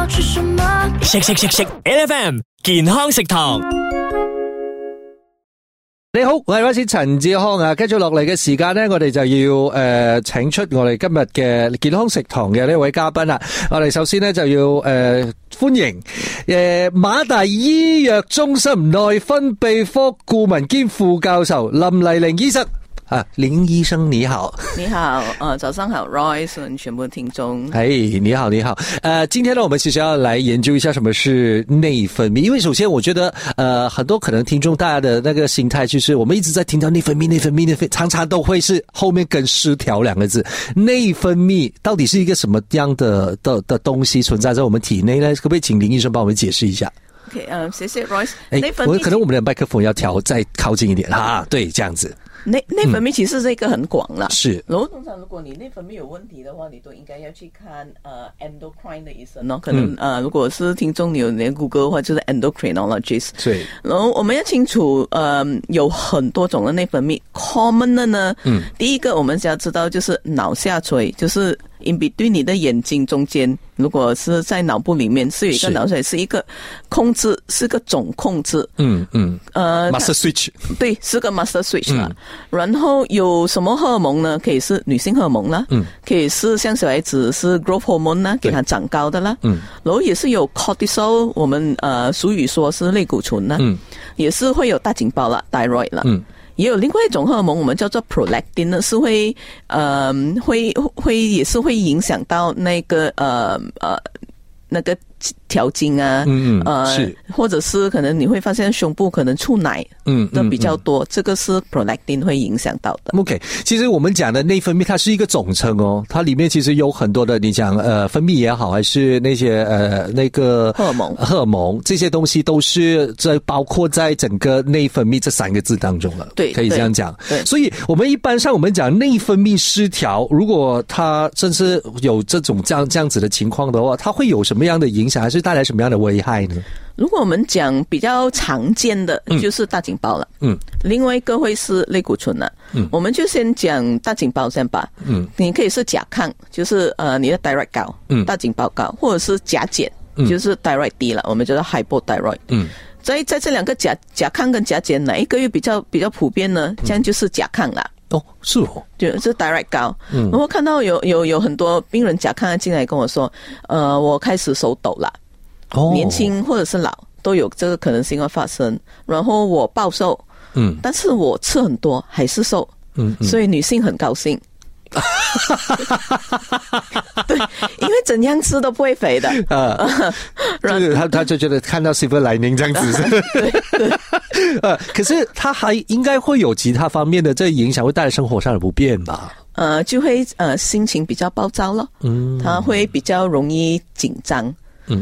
要吃什么？ 食 LFM 健康食堂。 你好，我係開始陳志康啊，繼續落嚟嘅時間呢，我哋就要請出我哋今日嘅健康食堂嘅呢位嘉賓啦。我哋首先呢，就要歡迎馬大醫藥中心內分泌科顧問兼副教授林麗玲醫生。林醫生你好。 你好，早上好 Royce 全部聽眾。 你好你好。今天呢我們其實要來研究一下什麼是內分泌，因為首先我覺得很多可能聽眾大家的那個心態就是我們一直在聽到內分泌，常常都會是後面跟失調兩個字。內分泌到底是一個什麼樣的東西存在在我們體內呢？可不可以請林醫生幫我們解釋一下 ？OK， 謝謝 Royce。內分泌可能我們的麥克風要調再靠近一點哈，對，這樣子。 內分泌其實這個很廣啦， 是。 然後通常如果你內分泌有問題的話，你都應該要去看endocrine 的醫生咯。可能如果是聽眾你有連 Google 的話，就是 endocrinologist。對。然後我們要清楚有很多種的內分泌 ，common 的呢，第一個我們要知道就是腦下垂，就是 in between 你的眼睛中間，如果是在腦部裡面是有一個腦水，是一個控制，是個總控制。 master switch。對， 是個 master switch 啦。然後有什麼荷爾蒙呢？可以是女性荷爾蒙啦，可以是像小孩子是 growth hormone 啦，給它長高的啦。然後也是有 cortisol， 我們俗語說是類固醇啦，也是會有大頸包啦 ，thyroid 啦。也有另外一種荷爾蒙，我們叫做 prolactin 呢，是會也是會影響到那個那個調經啊，是，或者是可能你會發現胸部可能出奶的比較多，這個是 prolactin 會影響到的。 OK， 其實我們講的內分泌它是一個總稱哦，它裡面其實有很多的，你講分泌也好，還是那些那個荷爾蒙這些東西都是在包括在整個內分泌這三個字當中了。 對， 可以這樣講。 對， 所以我們一般上我們講內分泌失調，如果它真是有這種這樣子的情況的話，它會有什麼樣的影響，還是帶來什麼樣的危害呢？ 如果我們講比較常見的就是大頸包了，另外一個會是類固醇了，我們就先講大頸包先吧，你可以是甲亢，就是你的 thyroid 高，大頸包高，或者是甲減，就是 thyroid 低了，我們叫做 hypothyroid。在這兩個甲亢跟甲減哪一個又比較普遍呢？這樣就是甲亢啦。 哦，是哦， 就是 thyroid 高。然後看到有很多病人甲亢進來跟我說，我開始手抖了。年輕或者是老都有這個可能性會發生。然後我暴瘦，但是我吃很多還是瘦，所以女性很高興。對，因為怎樣吃都不會肥的。 就是他就覺得看到 silver lining 這樣子。對。可是他還應該會有其他方面的這影響，會帶來生活上的不便吧？ 就會心情比較暴躁咯。他會比較容易緊張。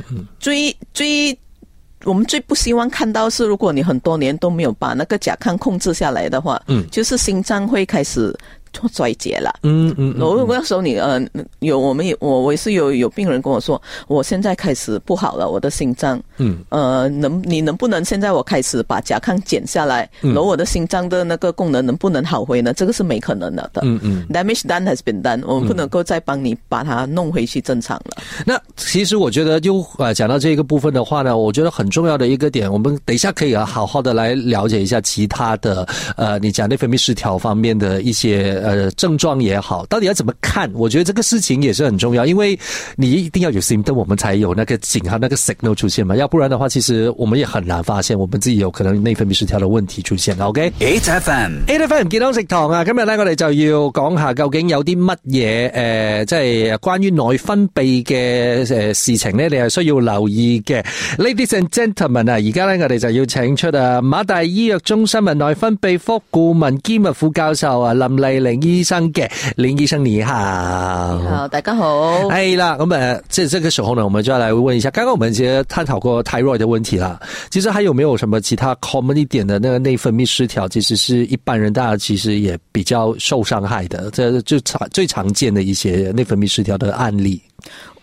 我們最不希望看到是，如果你很多年都沒有把那個甲亢控制下來的話，就是心臟會開始衰竭了。如果那時候你我也是有病人跟我說，我現在開始不好了，我的心臟，你能不能現在我開始把甲亢減下來，然後我的心臟的那個功能能不能好回呢？這個是沒可能的。Damage done has been done，我們不能夠再幫你把它弄回去正常了。 那其實我覺得就講到這個部分的話呢，我覺得很重要的一個點，我們等一下可以好好的來了解一下其他的你講內分泌失調方面的一些症狀也好，到底要怎麼看？我覺得這個事情也是很重要，因為你一定要有 symptom， 我們才有那個警號、那個 signal 出現嘛，要不然的話，其實我們也很難發現我們自己有可能內分泌失調的問題出現。OK，8FM 健康食堂啊，今日咧我哋就要講下究竟有啲乜嘢即係關於內分泌嘅事情咧，你係需要留意嘅。Ladies and gentlemen 啊，而家咧我哋就要請出馬大醫藥中心內分泌科顧問兼副教授林麗玲醫生嘅。林醫生你好。 你好，大家好。 係啦，咁這個時候呢，我們就要來問一下，剛剛我們其實探討過 thyroid 的問題啦，其實還有沒有什麼其他 common 一點的那個內分泌失調，其實是一般人大家其實也比較受傷害的，這就最常見的一些內分泌失調的案例。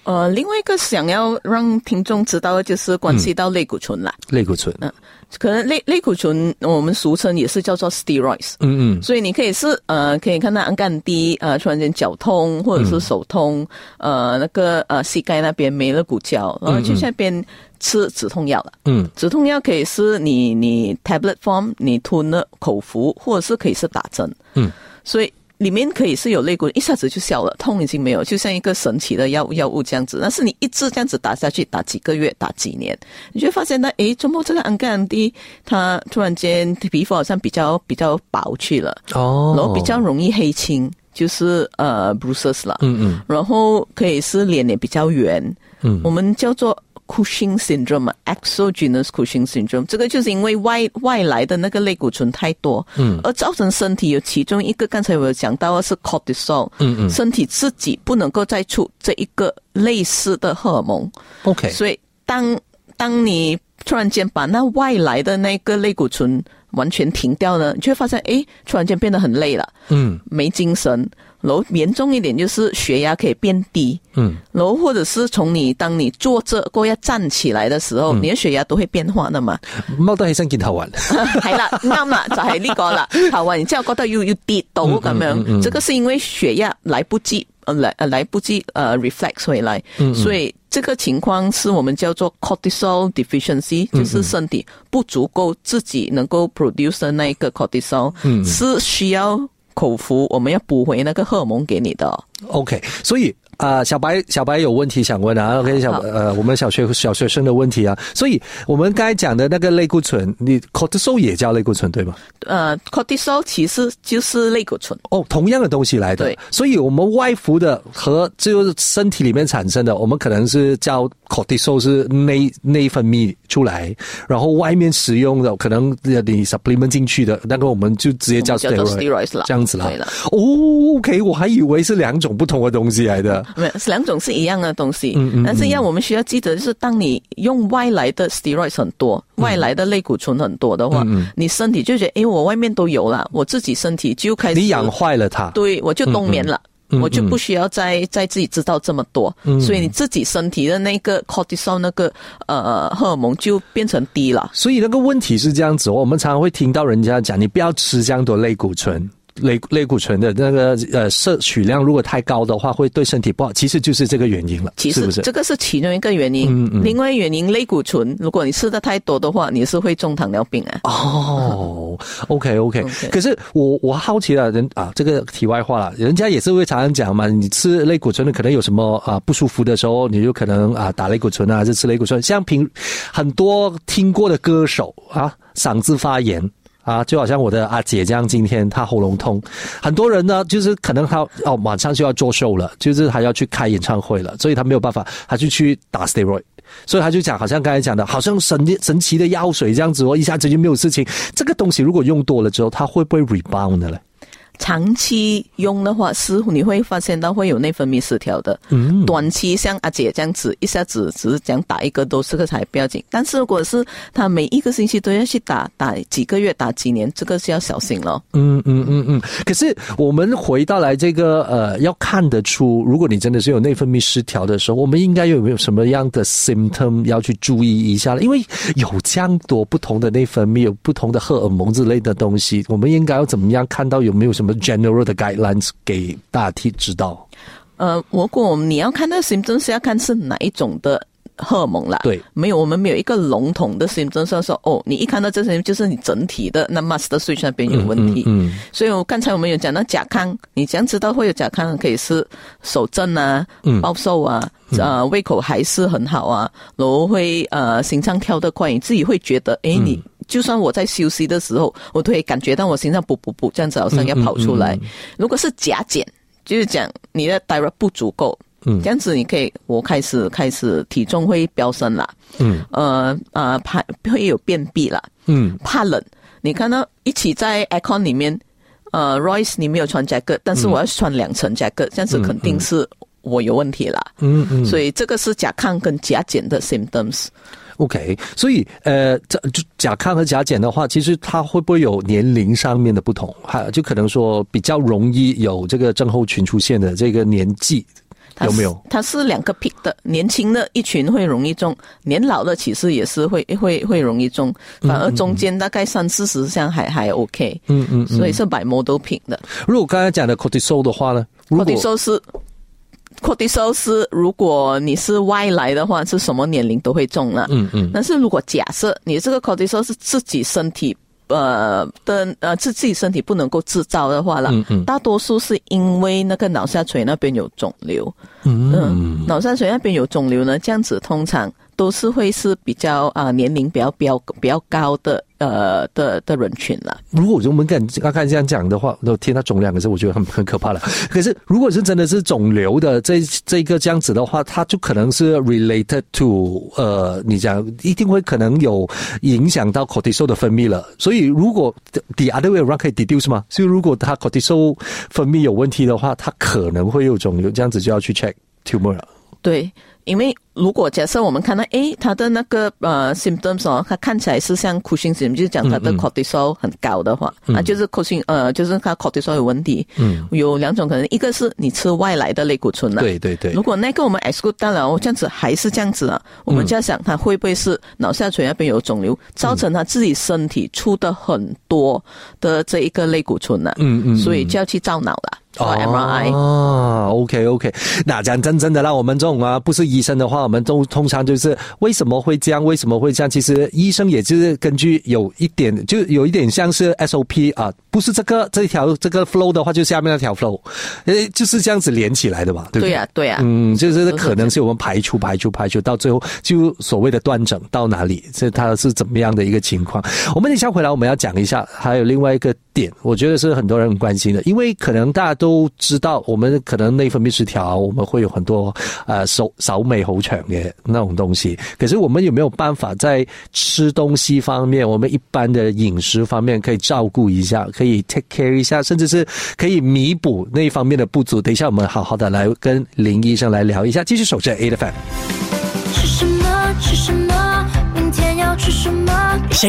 另外一个想要让听众知道的就是关系到类固醇啦。 类固醇， 可能类固醇我们俗称也是叫做 steroids。所以你可以是可以看到氨甘低，突然间脚痛或者是手痛，那个膝盖那边没了骨胶，然后去那边吃止痛药了。止痛药可以是你 tablet form 你吞了口服，或者是可以是打针。所以里面可以是有类固醇，一下子就消了，痛已经没有，就像一个神奇的药物这样子。但是你一直这样子打下去，打几个月，打几年，你就会发现到，怎么这个氨甘低，它突然间皮肤好像比较薄去了，然后比较容易黑青，就是bruises 啦，然后可以是脸也比较圆，我们叫做Cushing syndrome, exogenous Cushing syndrome， 这个就是因为外来的那个类固醇太多，而造成身体有其中一个，刚才我有讲到的是 cortisol，身体自己不能够再出这一个类似的荷尔蒙。 OK， 所以当你突然间把那外来的那个类固醇完全停掉呢，你就会发现，突然间变得很累了，没精神。然后严重一点就是血压可以变低，然後或者是當你坐着過要站起來的時候，你的血壓都會變化的嘛。 踎得起身見頭暈。 係啦，啱啦，就係呢個啦。頭暈，然之後覺得要跌倒咁樣，這個是因為血壓來不及 reflex 回來，所以這個情況是我們叫做 cortisol deficiency，就是身體不足夠自己能夠 produce 的那一個 cortisol，是需要口服，我们要补回那个荷尔蒙给你的。 OK， 所以小白有问题想问啊 ，OK， 我们小学生的问题啊，所以我们刚才讲的那个类固醇，你 cortisol 也叫类固醇对吗 ？cortisol 其实就是类固醇。 同样的东西来的。对，所以我们外服的和就是身体里面产生的，我们可能是叫 cortisol 是内分泌出来，然后外面使用的可能你 supplement 进去的那个，我们就直接叫 steroids 啦， 这样子啦。 对了。 OK， 我还以为是两种不同的东西来的。 没有，两种是一样的东西，但是我们需要记得，就是当你用外来的 steroids 很多，外来的类固醇很多的话，你身体就觉得，我外面都有了，我自己身体就开始你养坏了它， 对，我就冬眠了。我就不需要再自己知道这么多，所以你自己身体的那个 cortisol 那个荷尔蒙就变成低了。 所以那个问题是这样子，我们常常会听到人家讲，你不要吃这样多类固醇。类固醇的那个摄取量如果太高的话，会对身体不好，其实就是这个原因了， 其实是不是？ 这个是其中一个原因。另外原因，类固醇如果你吃的太多的话，你是会中糖尿病 OK， 可是我好奇了，这个题外话了，人家也是会常常讲嘛，你吃类固醇的可能有什么不舒服的时候，你就可能打类固醇还是吃类固醇，像很多听过的歌手嗓子发炎。就好像我的阿姐这样，今天她喉咙痛，很多人呢，就是可能她马上就要做秀了，就是她要去开演唱会了，所以她没有办法，她就去打 steroid， 所以她就讲，好像刚才讲的，好像神奇的药水这样子一下子就没有事情。这个东西如果用多了之后，它会不会 rebound 的嘞？ 长期用的话，似乎你会发现到会有内分泌失调的。短期像阿姐这样子，一下子只是讲打一个都是个才不要紧。但是如果是他每一个星期都要去打几个月、打几年，这个是要小心了。 可是我们回到来这个要看得出，如果你真的是有内分泌失调的时候，我们应该有没有什么样的 symptom 要去注意一下？因为有这样多不同的内分泌，有不同的荷尔蒙之类的东西，我们应该要怎么样看到有没有什么general 的 guidelines 给大家知道？ 如果你要看那 symptoms 是要看是哪一种的荷尔蒙啦。 对， 我们没有一个笼统的 symptoms 说你一看到这些就是你整体的那 master switch 那边有问题。所以刚才我们有讲到甲亢，你怎样知道会有甲亢？可以是手震暴瘦胃口还是很好然后会心脏跳得快，你自己会觉得你就算我在休息的时候，我都会感觉到我心脏噗噗噗这样子好像要跑出来。如果是甲减，就是讲你的 thyroid 不足够，这样子你可以我开始体重会飙升啦，会有便秘啦，怕冷。你看到一起在 aircon 里面Royce 你没有穿 jacket， 但是我要穿2层 jacket， 这样子肯定是我有问题啦。所以这个是甲亢跟甲减的 symptoms。OK， 所以就甲亢和甲减的话，其实它会不会有年龄上面的不同？就可能说比较容易有这个症候群出现的这个年纪有没有？ 它是2个 peak 的，年轻的一群会容易中，年老的其实也是会容易中，反而中间大概30-40项还 OK。所以是 by model peak 的。 如果刚才讲的 cortisol 的话呢 ？cortisol 是如果你是外来的话，是什么年龄都会中了。但是如果假设你这个 cortisol 是自己身体自己身体不能够制造的话了，大多数是因为那个脑下垂那边有肿瘤。脑下垂那边有肿瘤呢，这样子通常都是会是比较年龄比较高的人群了。 如果我们刚才这样讲的话，我听到肿2个字，我觉得很可怕了。可是如果是真的是肿瘤的这个这样子的话，它就可能是 related to 你讲一定会可能有影响到 cortisol 的分泌了。所以如果 the other way around 可以 deduce 吗？所以如果它 cortisol 分泌有问题的话，它可能会有肿瘤，这样子就要去 check tumor 了。 对，因为如果假设我们看到他的那个symptoms 它看起来是像 Cushing syndrome， 就是讲他的 cortisol 很高的话，就是 Cushing 就是他 cortisol 有问题。有2种可能，一个是你吃外来的类固醇了。 对。如果那个我们 exclude 掉了，这样子还是这样子我们就要想他会不会是脑下垂那边有肿瘤，造成他自己身体出的很多的这一个类固醇了。所以就要去照脑了。MRI OK， 那讲真的啦，我们这种不是医生的话，我们都通常就是为什么会这样？其实医生也就是根据有一点像是 SOP 不是这个 flow 的话，就下面那条 flow， 就是这样子连起来的嘛，对不对？ 对啊。 就是可能是我们排除到最后就所谓的断诊到哪里，它是怎么样的一个情况。我们等一下回来我们要讲一下，还有另外一个点，我觉得是很多人很关心的，因为可能大家都知道我们可能内分泌失调，我们会有很多手尾好長嘅那種東西，可是我們有沒有辦法在吃東西方面，我們一般的飲食方面可以照顧一下，可以 take care 一下，甚至是可以彌補那一方面的不足。等一下我們好好的來跟林醫生來聊一下，繼續守着 8FM。 吃什麼吃什麼，明天要吃什麼，食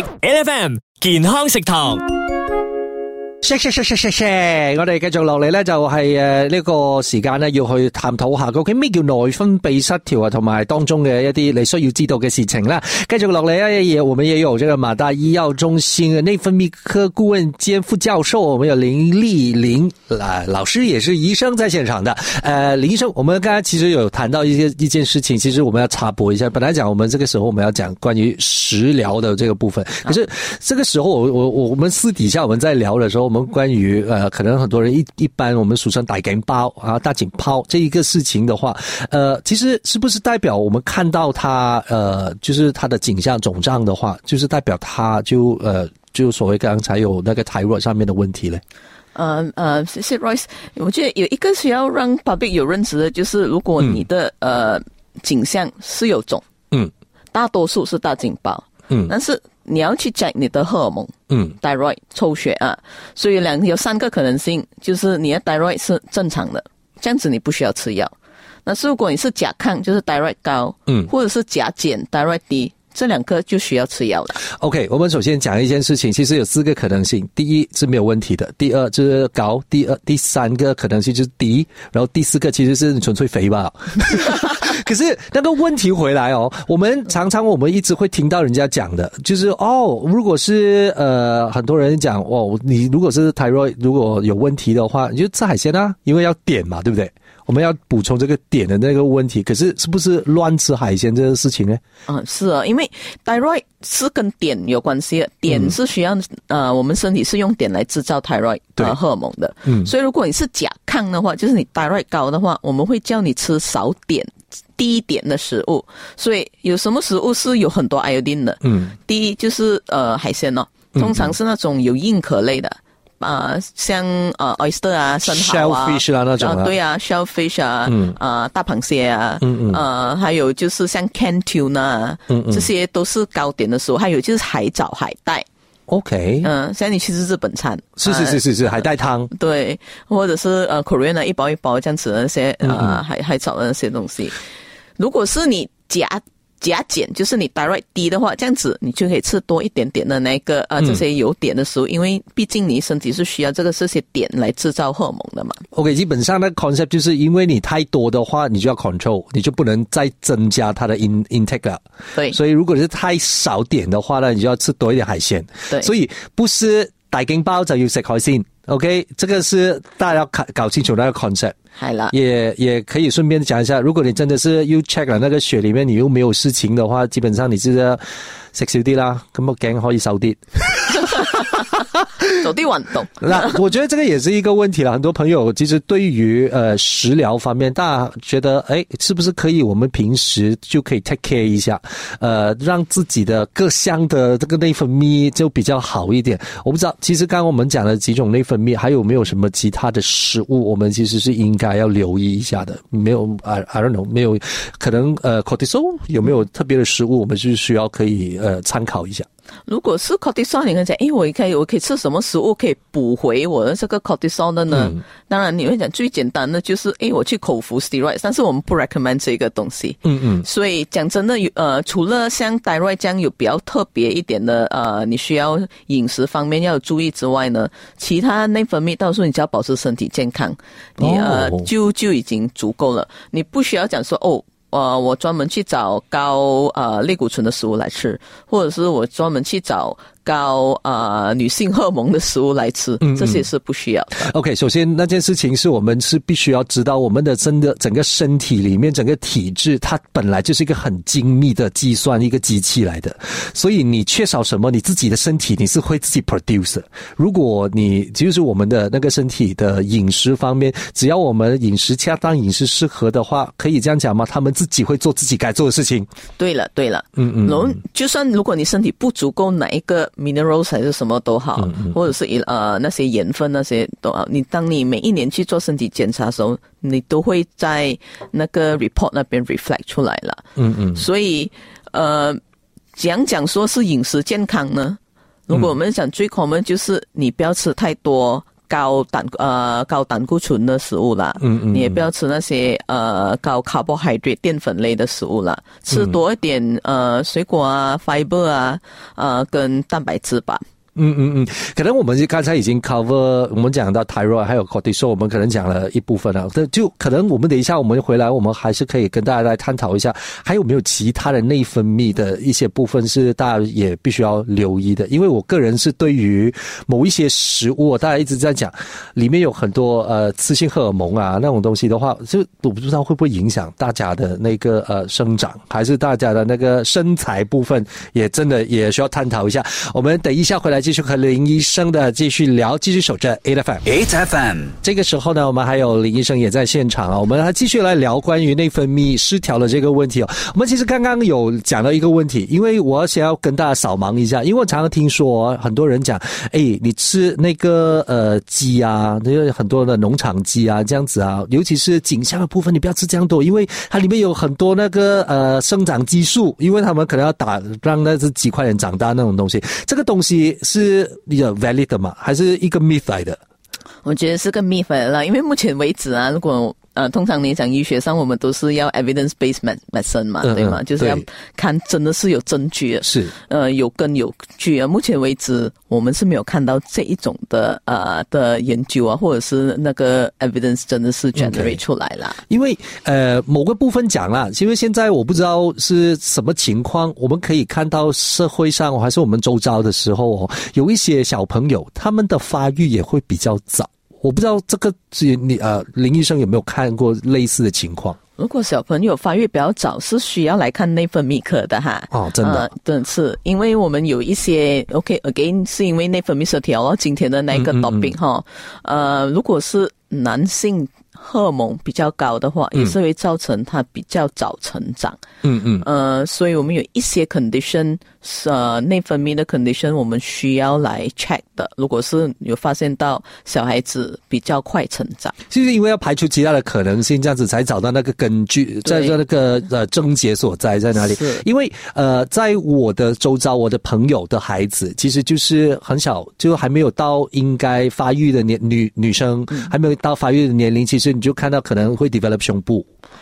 8FM 健康食堂。 我哋繼續落嚟咧，就係呢個時間咧，要去探討下究竟咩叫內分泌失調同埋當中嘅一啲你需要知道嘅事情啦。繼續落嚟咧，我們也有這個馬大醫藥中心內分泌科顧問兼副教授，我們有林麗玲老師，也是醫生在現場的。林醫生，我們剛才其實有談到一件事情，其實我們要插播一下。本來講我們這個時候我們要講關於食療的這個部分，可是這個時候我們私底下我們在聊的時候，我們關於可能很多人一般我們俗稱大頸包大頸泡這一個事情的話，其實是不是代表我們看到它就是它的頸項腫脹的話，就是代表它就所謂剛才有那個 thyroid 上面的問題嘞？ 謝謝 Royce， 我覺得有一個需要讓 public 有認知的，就是如果你的頸項是有腫，大多數是大頸包，但是你要去 check 你的荷爾蒙，thyroid 抽血所以有3個可能性，就是你的 thyroid 是正常的，這樣子你不需要吃藥。那是如果你是甲亢，就是 thyroid 高，或者是甲減 thyroid 低，這2個就需要吃藥了。 OK， 我們首先講一件事情，其實有4個可能性。第一是沒有問題的，第二就是高，第3個可能性就是低，然後第4個其實是純粹肥吧。可是那個問題回來我們常常我們一直會聽到人家講的，就是如果是很多人講你如果是 thyroid 如果有問題的話，你就吃海鮮因為要碘嘛，對不對？我們要補充這個碘的那個問題，可是是不是亂吃海鮮這個事情呢？ 是因為 thyroid 是跟碘有關係的，碘是需要我們身體是用碘來製造 thyroid 荷爾蒙的，所以如果你是甲亢的話，就是你 thyroid 高的話，我們會叫你吃少碘低一點的食物。所以有什麼食物是有很多 iodine 的？第一就是海鮮通常是那種有硬殼類的。像oyster 生蠔 shellfish 那種對shellfish 大螃蟹還有就是像 canned tuna 這些都是高碘的食物，還有就是海藻海帶。 OK， 像你去吃日本餐， 是海帶湯， 對，或者是Korean 一包這樣子的那些海藻的那些東西。如果是你甲加减，就是你 thyroid 低的话，这样子你就可以吃多一点点的那个这些有碘的食物，因为毕竟你身体是需要这些碘来制造荷尔蒙的嘛。 OK， 基本上那个 concept 就是因为你太多的话，你就要 control， 你就不能再增加它的 intake 了。 对， 所以如果是太少碘的话呢，你就要吃多一点海鲜。 对， 所以不是大驚包就要食海鮮 ，OK， 这个是大家要搞清楚那个 concept。 係啦， 也可以順便講一下，如果你真的是又 check 了那個血裡面你又沒有事情的話，基本上你就是要食少啲啦，咁個頸可以瘦啲。 做啲運動。 那我覺得這個也是一個問題了，很多朋友其實對於食療方面，大家覺得是不是可以我們平時就可以 take care 一下，讓自己的各項的這個內分泌就比較好一點。我不知道，其實剛剛我們講了幾種內分泌，還有沒有什麼其他的食物我們其實是應該要留意一下的？沒有 I don't know， 沒有可能cortisol 有沒有特別的食物我們是需要可以參考一下？ 如果是 cortisol， 你會講，我可以吃什麼食物可以補回我的這個 cortisol 的呢？當然你會講最簡單的就是我去口服 steroid， 但是我們不 recommend 這個東西。所以講真的，除了像 thyroid 這樣有比較特別一點的你需要飲食方面要注意之外呢，其他內分泌到時候你只要保持身體健康，你就已經足夠了。你不需要講說我專門去找高類固醇的食物來吃，或者是我專門去找高女性荷爾蒙的食物來吃，這些是不需要的。 OK， 首先那件事情是我們是必須要知道，我們的整個身體裡面整個體質，它本來就是一個很精密的計算一個機器來的，所以你缺少什麼，你自己的身體你是會自己 produce 的。如果你就是我們的那個身體的飲食方面，只要我們飲食恰當、飲食適合的話，可以這樣講嗎？他們自己會做自己該做的事情。 對了，然後就算如果你身體不足夠哪一個minerals 還是什麼都好，或者是那些鹽分那些都好，當你每一年去做身體檢查的時候，你都會在那個 report 那邊 reflect 出來了。所以講說是飲食健康呢，如果我們講最 common 就是你不要吃太多高膽固醇的食物啦，你也不要吃那些高 carbohydrate 澱粉類的食物啦，吃多一點水果啊 fiber 啊跟蛋白質吧。 可能我們剛才已經 cover， 我們講到 thyroid 還有 cortisol， 我們可能講了一部分了，就可能我們等一下我們回來，我們還是可以跟大家來探討一下，還有沒有其他的內分泌的一些部分是大家也必須要留意的。因為我個人是對於某一些食物，大家一直在講裡面有很多雌性荷爾蒙啊那種東西的話，就我不知道會不會影響大家的那個生長，還是大家的那個身材部分，也真的也需要探討一下。我們等一下回來繼續和林醫生的繼續聊，繼續守着 8FM。這個時候呢，我們還有林醫生也在現場啊，我們還繼續來聊關於內分泌失調的這個問題哦。我們其實剛剛有講到一個問題，因為我想要跟大家掃盲一下，因為我常常聽說很多人講，你吃那個雞啊，很多的農場雞啊，這樣子啊，尤其是頸項的部分，你不要吃這樣多，因為它裡面有很多那個生長激素，因為他們可能要打讓那隻雞快點長大那種東西，這個東西是valid 的嗎？還是一個 myth 來的？ 我覺得是個 myth 來了，因為目前為止啊，如果通常你講醫學上，我們都是要 evidence-based medicine 嘛，對嗎？就是要看真的是有證據的，是有根有據啊。目前為止，我們是沒有看到這一種的研究啊，或者是那個 evidence 真的是 generate 出來啦。 因為某個部分講啦，因為現在我不知道是什麼情況，我們可以看到社會上還是我們周遭的時候有一些小朋友，他們的發育也會比較早。我不知道這個林醫生有沒有看過類似的情況？ 如果小朋友發育比較早，是需要來看內分泌科的哈。 哦，真的， 真的是，因為我們有一些 again 是因為內分泌失調咯，今天的那個 topic 如果是男性荷爾蒙比較高的話，也是會造成他比較早成長。所以我們有一些 condition，內分泌的 condition，我們需要來 check 的。如果是有發現到小孩子比較快成長， 就是因為要排除其他的可能性，這樣子才找到那個根據，在那個症結所在哪裡。因為在我的周遭，我的朋友的孩子，其實就是很小，就還沒有到應該發育的女生，還沒有到發育的年齡，其實你就看到可能會 develop 胸部。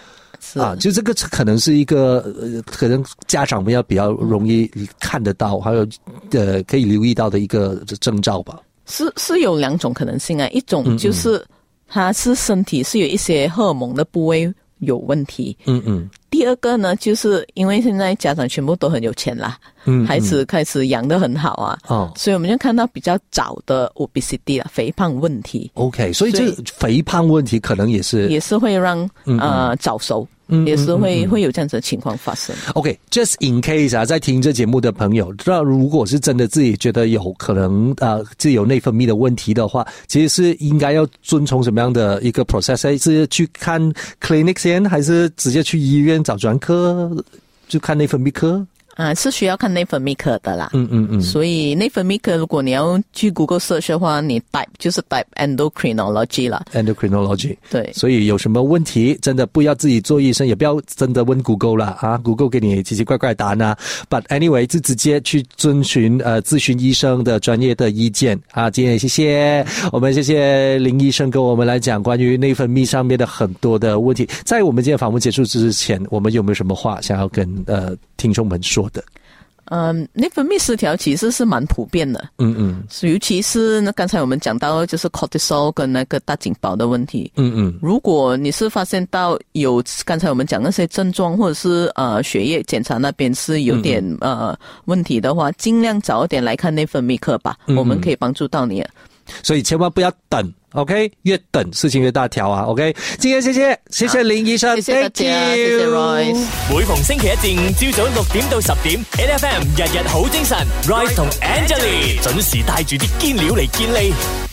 就这个可能是一个可能家长们要比较容易看得到，还有可以留意到的一个征兆吧。 是有2种可能性啊，一种就是他是身体是有一些荷尔蒙的部位有问题。第二个呢，就是因为现在家长全部都很有钱啦，孩子开始养得很好啊，所以我们就看到比较早的 obesity 啦，肥胖问题。 OK， 所以这肥胖问题可能也是会让早熟。也是会有这样子的情况发生。 OK，just in case 啊，在听这节目的朋友，那如果是真的自己觉得有可能自己有内分泌的问题的话，其实是应该要遵从什么样的一个 process？ 是去看 clinic 先，还是直接去医院找专科就看内分泌科？ 是需要看内分泌科的啦。所以内分泌科如果你要去 Google search 的话，你 type endocrinology 啦。 endocrinology。 对。 所以有什么问题，真的不要自己做医生，也不要真的问 Google 啦啊 ，Google 给你奇奇怪怪答案啊。But anyway， 就直接去咨询医生的专业的意见啊。今天我们谢谢林医生跟我们来讲关于内分泌上面的很多的问题。在我们今天访问结束之前，我们有没有什么话想要跟听众们说的？ 内分泌失调其实是蛮普遍的。尤其是刚才我们讲到就是 cortisol 跟那个大颈包的问题。如果你是发现到有刚才我们讲那些症状，或者是血液检查那边是有点问题的话，尽量早一点来看内分泌科吧，我们可以帮助到你。 所以千万不要等 ，OK？ 越等事情越大条啊 ，OK？ 今天谢谢林醫生， 謝謝大家，謝謝 Royce。 每逢星期一至五朝早6點到10點 ，8FM 日日好精神 ，Royce 同 Angeline 準時帶住啲堅料嚟見你。